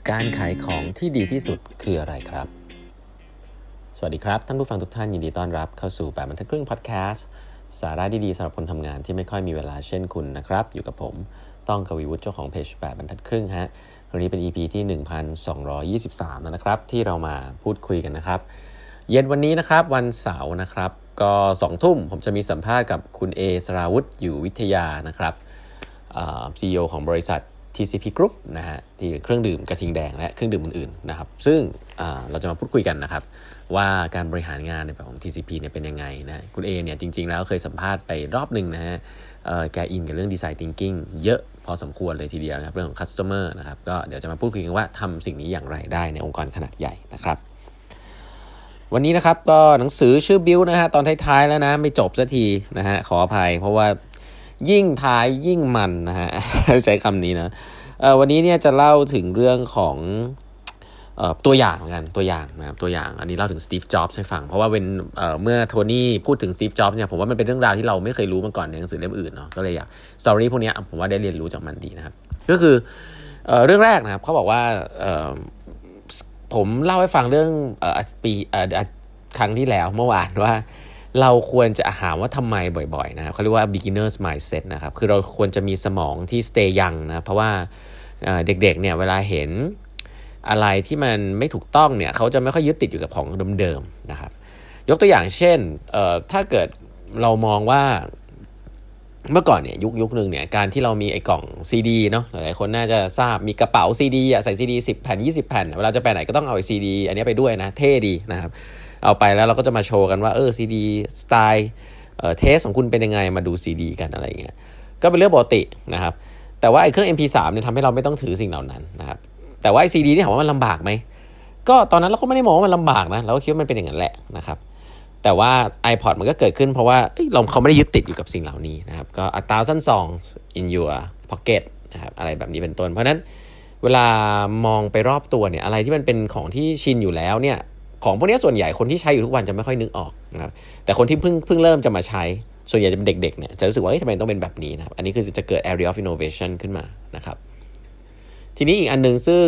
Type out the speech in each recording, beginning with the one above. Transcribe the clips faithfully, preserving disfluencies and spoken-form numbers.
การขายของที่ดีที่สุดคืออะไรครับสวัสดีครับท่านผู้ฟังทุกท่านยินดีต้อนรับเข้าสู่แปดบรรทัดครึ่งพอดแคสต์สาระดีๆสำหรับคนทำงานที่ไม่ค่อยมีเวลาเช่นคุณนะครับอยู่กับผมต้องกวีวุฒิเจ้าของเพจแปดบรรทัดครึ่งฮะวันนี้เป็น อี พี ที่หนึ่งพันสองร้อยยี่สิบสามแล้วนะครับที่เรามาพูดคุยกันนะครับเย็นวันนี้นะครับวันเสาร์นะครับก็สองทุ่มผมจะมีสัมภาษณ์กับคุณเอสราวุฒิอยู่วิทยานะครับอ่า ซี อี โอ ของบริษัท ที ซี พี Group นะฮะที่เครื่องดื่มกระทิงแดงและเครื่องดื่มอื่นๆนะครับซึ่งเราจะมาพูดคุยกันนะครับว่าการบริหารงานในแบบของ ที ซี พี เนี่ยเป็นยังไงนะคุณเอเนี่ยจริงๆแล้วเคยสัมภาษณ์ไปรอบนึงนะฮะแกอินกับเรื่อง Design Thinking เยอะพอสมควรเลยทีเดียวนะครับเรื่องของ Customer นะครับก็เดี๋ยวจะมาพูดคุยกันว่าทำสิ่งนี้อย่างไรได้ในองค์กรขนาดใหญ่นะครับวันนี้นะครับก็หนังสือชื่อ Build นะฮะตอนท้ายๆแล้วนะไม่จบสักทีนะฮะขออภัยเพราะว่ายิ่งท้ายยิ่งมันนะฮะ ใช้คำนี้นะเอ่อวันนี้เนี่ยจะเล่าถึงเรื่องของเอ่อตัวอย่างกันตัวอย่างนะครับตัวอย่างอันนี้เล่าถึง Steve Jobs ให้ฟังเพราะว่าเป็นเอ่อเมื่อโทนี่พูดถึง Steve Jobs เนี่ยผมว่ามันเป็นเรื่องราวที่เราไม่เคยรู้มาก่อนในหนังสือเล่มอื่นเนาะก็เลยอยาก story พวกนี้ผมว่าได้เรียนรู้จากมันดีนะครับก็คือเอ่อเรื่องแรกนะครับเขาบอกว่าเอ่อผมเล่าให้ฟังเรื่องเอ่อปีเอ่อครั้งที่แล้วเมื่อวานว่าเราควรจะหาว่าทำไมบ่อยๆนะครับเขาเรียกว่า beginners mindset นะครับคือเราควรจะมีสมองที่ stay young นะเพราะว่าเด็กๆเนี่ยเวลาเห็นอะไรที่มันไม่ถูกต้องเนี่ยเขาจะไม่ค่อยยึดติดอยู่กับของเดิมๆนะครับยกตัวอย่างเช่นเอ่อถ้าเกิดเรามองว่าเมื่อก่อนเนี่ยยุคยุคนึงเนี่ยการที่เรามีไอ้กล่อง ซี ดี เนาะหลายๆคนน่าจะทราบมีกระเป๋า ซี ดี อ่ะใส่ ซี ดี สิบแผ่นยี่สิบแผ่นเวลาจะไปไหนก็ต้องเอาไอ้ ซี ดี อันนี้ไปด้วยนะเท่ดีนะครับเอาไปแล้วเราก็จะมาโชว์กันว่าเออ ซี ดี สไตล์เอ่อเทสของคุณเป็นยังไงมาดู ซี ดี กันอะไรอย่างเงี้ยก็เป็นเรื่องปกตินะครับแต่ว่าไอ้เครื่อง เอ็ม พี สาม เนี่ยทำให้เราไม่ต้องถือสิ่งเหล่านั้นนะครับแต่ว่าไอ้ ซี ดี นี่ถามว่ามันลำบากไหมก็ตอนนั้นเราก็ไม่ได้มองว่ามันลำบากนะเราก็คิดว่ามันเป็นอย่างนั้นแหละนะครับแต่ว่า iPod มันก็เกิดขึ้นเพราะว่าเราเขาไม่ได้ยึดติดอยู่กับสิ่งเหล่านี้นะครับก็ a thousand songs in your pocket นะครับอะไรแบบนี้เป็นต้นเพราะนั้นเวลามองไปรอบตัวเนี่ยอะไรที่มันเป็นของที่ชินอยู่แล้วเนี่ยของพวกนี้ส่วนใหญ่คนที่ใช้อยู่ทุกวันจะไม่ค่อยนึกออกนะครับแต่คนที่เพิ่งเพิ่งเริ่มจะมาใช้ส่วนใหญ่จะเป็นเด็กๆเนี่ยจะรู้สึกว่าเฮ้ยทำไมต้องเป็นแบบนี้นะครับอันนี้คือจะเกิด area of innovation ขึ้นมานะครับทีนี้อีกอันนึงซึ่ง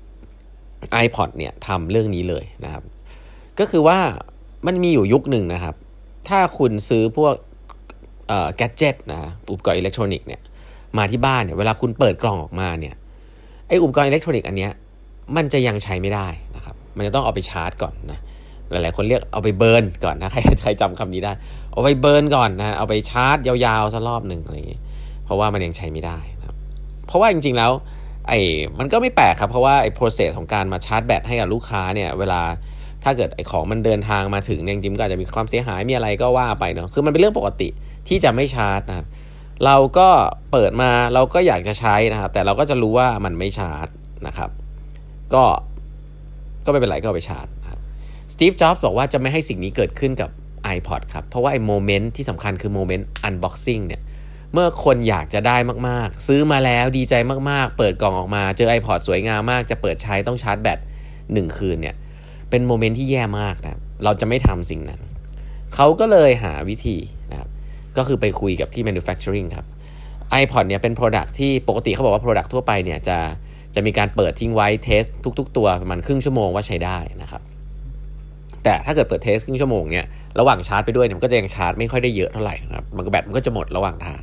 iPod เนี่ยทำเรื่องนี้เลยนะครับก็คือว่ามันมีอยู่ยุคหนึ่งนะครับถ้าคุณซื้อพวกเอ่อแกดเจ็ตนะอุปกรณ์อิเล็กทรอนิกส์เนี่ยมาที่บ้านเนี่ยเวลาคุณเปิดกล่องออกมาเนี่ยไออุปกรณ์อิเล็กทรอนิกส์อันเนี้ยมันจะยังใช้ไม่ได้นะครับมันจะต้องเอาไปชาร์จก่อนนะหลายๆคนเรียกเอาไปเบิร์นก่อนนะใครใครจำคำนี้ได้เอาไปเบิร์นก่อนนะเอาไปชาร์จยาวๆสักรอบหนึ่งอะไรอย่างเงี้ยเพราะว่ามันยังใช้ไม่ได้นะครับเพราะว่าจริงๆแล้วไอ้มันก็ไม่แปลกครับเพราะว่าไอ้ process ของการมาชาร์จแบตให้กับลูกค้าเนี่ยเวลาถ้าเกิดไอ้ของมันเดินทางมาถึงเนี่ยจริงๆก็อาจจะมีความเสียหายมีอะไรก็ว่าไปเนาะคือมันเป็นเรื่องปกติที่จะไม่ชาร์จนะครับเราก็เปิดมาเราก็อยากจะใช้นะครับแต่เราก็จะรู้ว่ามันไม่ชาร์จนะครับก็ก็ไม่เป็นไรก็เอาไปชาร์จนะครับสตีฟจ็อบส์บอกว่าจะไม่ให้สิ่งนี้เกิดขึ้นกับ iPod ครับเพราะว่าไอ้โมเมนต์ที่สำคัญคือโมเมนต์ unboxing เนี่ยเมื่อคนอยากจะได้มากๆซื้อมาแล้วดีใจมากๆเปิดกล่องออกมาเจอ iPod สวยงามมากจะเปิดใช้ต้องชาร์จแบตหนึ่งคืนเนี่ยเป็นโมเมนต์ที่แย่มากนะเราจะไม่ทำสิ่งนั้นเขาก็เลยหาวิธีนะครับก็คือไปคุยกับที่ manufacturing ครับ iPod เนี่ยเป็น product ที่ปกติเขาบอกว่า product ทั่วไปเนี่ยจะจะมีการเปิดทิ้งไว้เทสทุกๆตัวประมาณครึ่งชั่วโมงว่าใช้ได้นะครับแต่ถ้าเกิดเปิดเทสครึ่งชั่วโมงเนี่ยระหว่างชาร์จไปด้วยเนี่ยมันก็จะยังชาร์จไม่ค่อยได้เยอะเท่าไหร่นะครับมันก็แบตมันก็จะหมดระหว่างทาง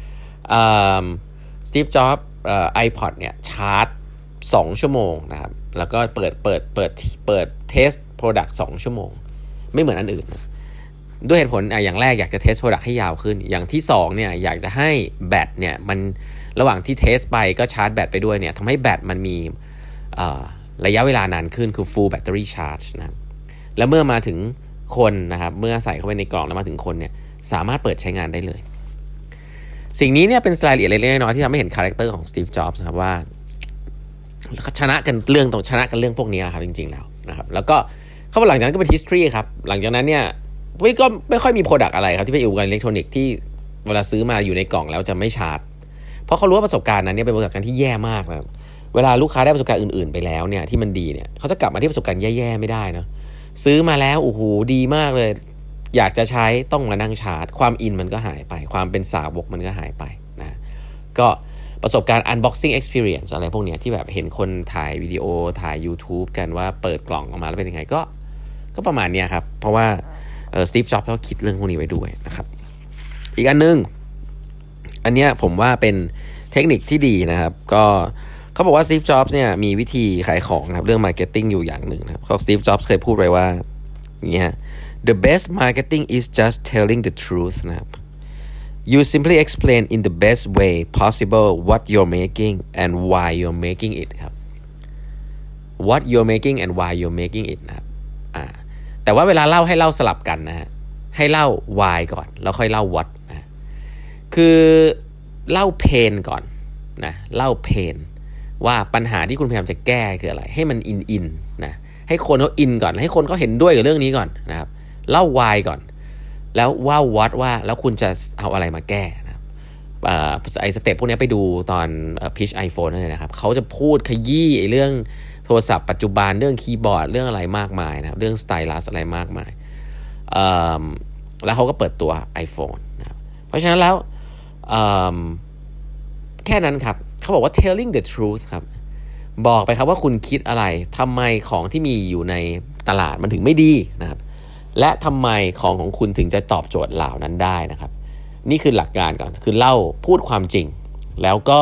สตีฟ จ็อบส์เอ่อ iPod เนี่ยชาร์จสองชั่วโมงนะครับแล้วก็เปิดเปิดเปิดเปิดเทส product สองชั่วโมงไม่เหมือนอันอื่นนะด้วยเหตุผลอย่างแรกอยากจะเทส product ให้ยาวขึ้นอย่างที่สองเนี่ยอยากจะให้แบตเนี่ยมันระหว่างที่เทสไปก็ชาร์จแบตไปด้วยเนี่ยทำให้แบตมันมีระยะเวลานานขึ้นคือ full battery charge นะครับแล้วเมื่อมาถึงคนนะครับเมื่อใส่เข้าไปในกล่องแล้วมาถึงคนเนี่ยสามารถเปิดใช้งานได้เลยสิ่งนี้เนี่ยเป็นรายละเอียดเล็กๆน้อยๆที่ทำให้เห็นคาแรคเตอร์ของ Steve Jobs นะครับว่าชนะกันเรื่องตรงชนะกันเรื่องพวกนี้นะครับจริงๆแล้วนะครับแล้วก็เขาบอกหลังจากนั้นก็เป็น history ครับหลังจากนั้นเนี่ยไม่ก็ไม่ค่อยมี product อะไรครับที่เป็นอุปกรณ์อิเล็กทรอนิกส์ที่เวลาซื้อมาอยู่ในกล่องแล้วจะไม่ชาร์จเพราะเขารู้ว่าประสบการณ์นั้นเนี่ยเป็นประสบการณ์ที่แย่มากนะครับเวลาลูกค้าได้ประสบการณ์อื่นๆไปแล้วเนี่ยที่มันดีเนี่ยเขาจะกลับมาที่ประสบการณ์แย่ๆไม่ได้เนาะซื้อมาแล้วโอ้โหดีมากเลยอยากจะใช้ต้องมานั่งชาร์จความอินมันก็หายไปความเป็นสาวกมันก็หายไปนะก็ประสบการณ์ unboxing experience อะไรพวกเนี้ยที่แบบเห็นคนถ่ายวิดีโอถ่าย YouTube กันว่าเปิดกล่องออกมาแล้วเป็นยังไงก็ก็ประมาณเนี้ยครับเพราะว่าเอ่อ Steve Jobs เขาคิดเรื่องพวกนี้ไว้ด้วยนะครับอีกอันนึงอันเนี้ยผมว่าเป็นเทคนิคที่ดีนะครับก็เขาบอกว่า Steve Jobs เนี่ยมีวิธีขายของนะครับเรื่อง marketing อยู่อย่างหนึ่งนะครับเขา Steve Jobs เคยพูดไว้ว่าอย่างเงี้ย the best marketing is just telling the truth นะครับ you simply explain in the best way possible what you're making and why you're making it ครับ what you're making and why you're making it นะครับอ่าแต่ว่าเวลาเล่าให้เล่าสลับกันนะฮะให้เล่า why ก่อนแล้วค่อยเล่า what นะคือเล่า pain ก่อนนะเล่า pain ว่าปัญหาที่คุณพยายามจะแก้คืออะไรให้มันอินอินนะให้คนเขาอินก่อนให้คนเขาเห็นด้วยกับเรื่องนี้ก่อนนะครับเล่า why ก่อนแล้วว่า what ว่าแล้วคุณจะเอาอะไรมาแก้นะครับไอ้สเต็ปพวกนี้ไปดูตอน pitch iPhone นั่นเลยนะครับเขาจะพูดขยี้ไอ้เรื่องโทรศัพท์ปัจจุบันเรื่องคีย์บอร์ดเรื่องอะไรมากมายนะครับเรื่องสไตลัสอะไรมากมายแล้วเขาก็เปิดตัว iPhone นะครับเพราะฉะนั้นแล้วแค่นั้นครับเขาบอกว่า telling the truth ครับบอกไปครับว่าคุณคิดอะไรทำไมของที่มีอยู่ในตลาดมันถึงไม่ดีนะครับและทำไมของของคุณถึงจะตอบโจทย์เหล่านั้นได้นะครับนี่คือหลักการก่อนคือเล่าพูดความจริงแล้วก็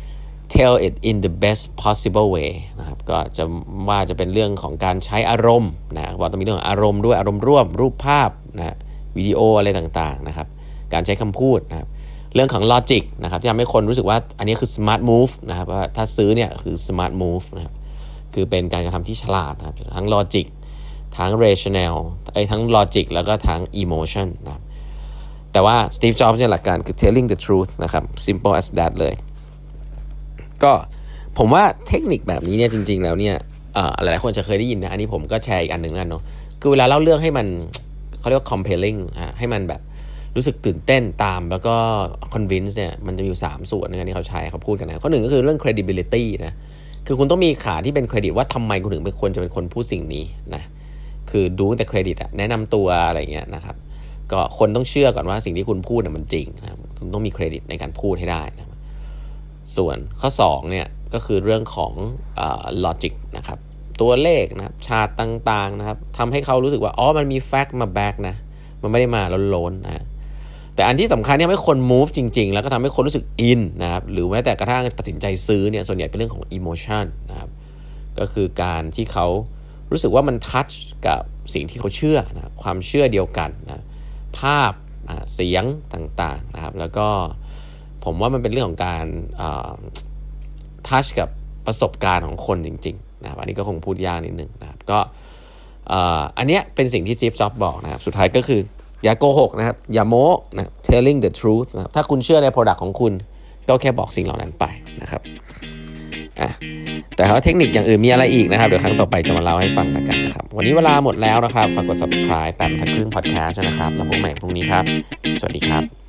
tell it in the best possible way นะครับก็จะว่าจะเป็นเรื่องของการใช้อารมณ์นะว่าต้องมีเรื่องของอารมณ์ด้วยอารมณ์ร่วมรูปภาพนะวิดีโออะไรต่างๆนะครับการใช้คำพูดนะครับเรื่องของ logic นะครับที่ทำให้คนรู้สึกว่าอันนี้คือ smart move นะครับว่าถ้าซื้อเนี่ยคือ smart move นะครับคือเป็นการกระทำที่ฉลาดนะครับทั้ง logic ทั้ง rational ไอ้ทั้ง logic แล้วก็ทั้ง emotion นะครับแต่ว่า Steve Jobs เนี่ยหลักการคือ telling the truth นะครับ simple as that เลยก็ผมว่าเทคนิคแบบนี้เนี่ยจริงๆแล้วเนี่ยเอ่อหลายๆคนจะเคยได้ยินนะอันนี้ผมก็แชร์อีกอันหนึ่งกันเนาะคือเวลาเล่าเรื่องให้มันเขาเรียกว่า compelling นะให้มันแบบรู้สึกตื่นเต้นตามแล้วก็ convince เนี่ยมันจะมีอยู่สามส่วนในการที่เขาใช้เขาพูดกันนะข้อหนึ่งก็คือเรื่อง credibility นะคือคุณต้องมีขาที่เป็นเครดิตว่าทำไมคุณถึงเป็นคนจะเป็นคนพูดสิ่งนี้นะคือดูแต่เครดิตอะแนะนำตัวอะไรเงี้ยนะครับก็คนต้องเชื่อก่อนว่าสิ่งที่คุณพูดน่ะมันจริงนะคุณต้องมีเครดิตในการพูดให้ได้นะส่วนข้อสองเนี่ยก็คือเรื่องของเอ่อ logic นะครับตัวเลขนะครับชาร์ตต่างๆนะครับทำให้เขารู้สึกว่าอ๋อมันมี fact มา back นะมันไม่ได้มาโล้นๆนะแต่อันที่สำคัญที่ทำให้คน move จริงๆแล้วก็ทำให้คนรู้สึกอินนะครับหรือแม้แต่กระทั่งตัดสินใจซื้อเนี่ยส่วนใหญ่เป็นเรื่องของ emotion นะครับก็คือการที่เขารู้สึกว่ามัน touch กับสิ่งที่เขาเชื่อนะความเชื่อเดียวกันนะภาพเสียงต่างๆนะครับแล้วก็ผมว่ามันเป็นเรื่องของการทัชกับประสบการณ์ของคนจริงๆนะครับอันนี้ก็คงพูดยากนิดนึงนะครับก็อันเนี้ยเป็นสิ่งที่ Steve Jobs บอกนะครับสุดท้ายก็คืออย่าโกหกนะครับอย่าโม้นะ telling the truth นะครับถ้าคุณเชื่อใน product ของคุณก็แค่บอกสิ่งเหล่านั้นไปนะครับอ่ะแต่ว่าเทคนิคอย่างอื่นมีอะไรอีกนะครับเดี๋ยวครั้งต่อไปจะมาเล่าให้ฟังกันนะครับวันนี้เวลาหมดแล้วนะครับฝากกด subscribe แปดบรรทัดครึ่ง podcast นะครับแล้วพบกันใหม่พรุ่งนี้ครับสวัสดีครับ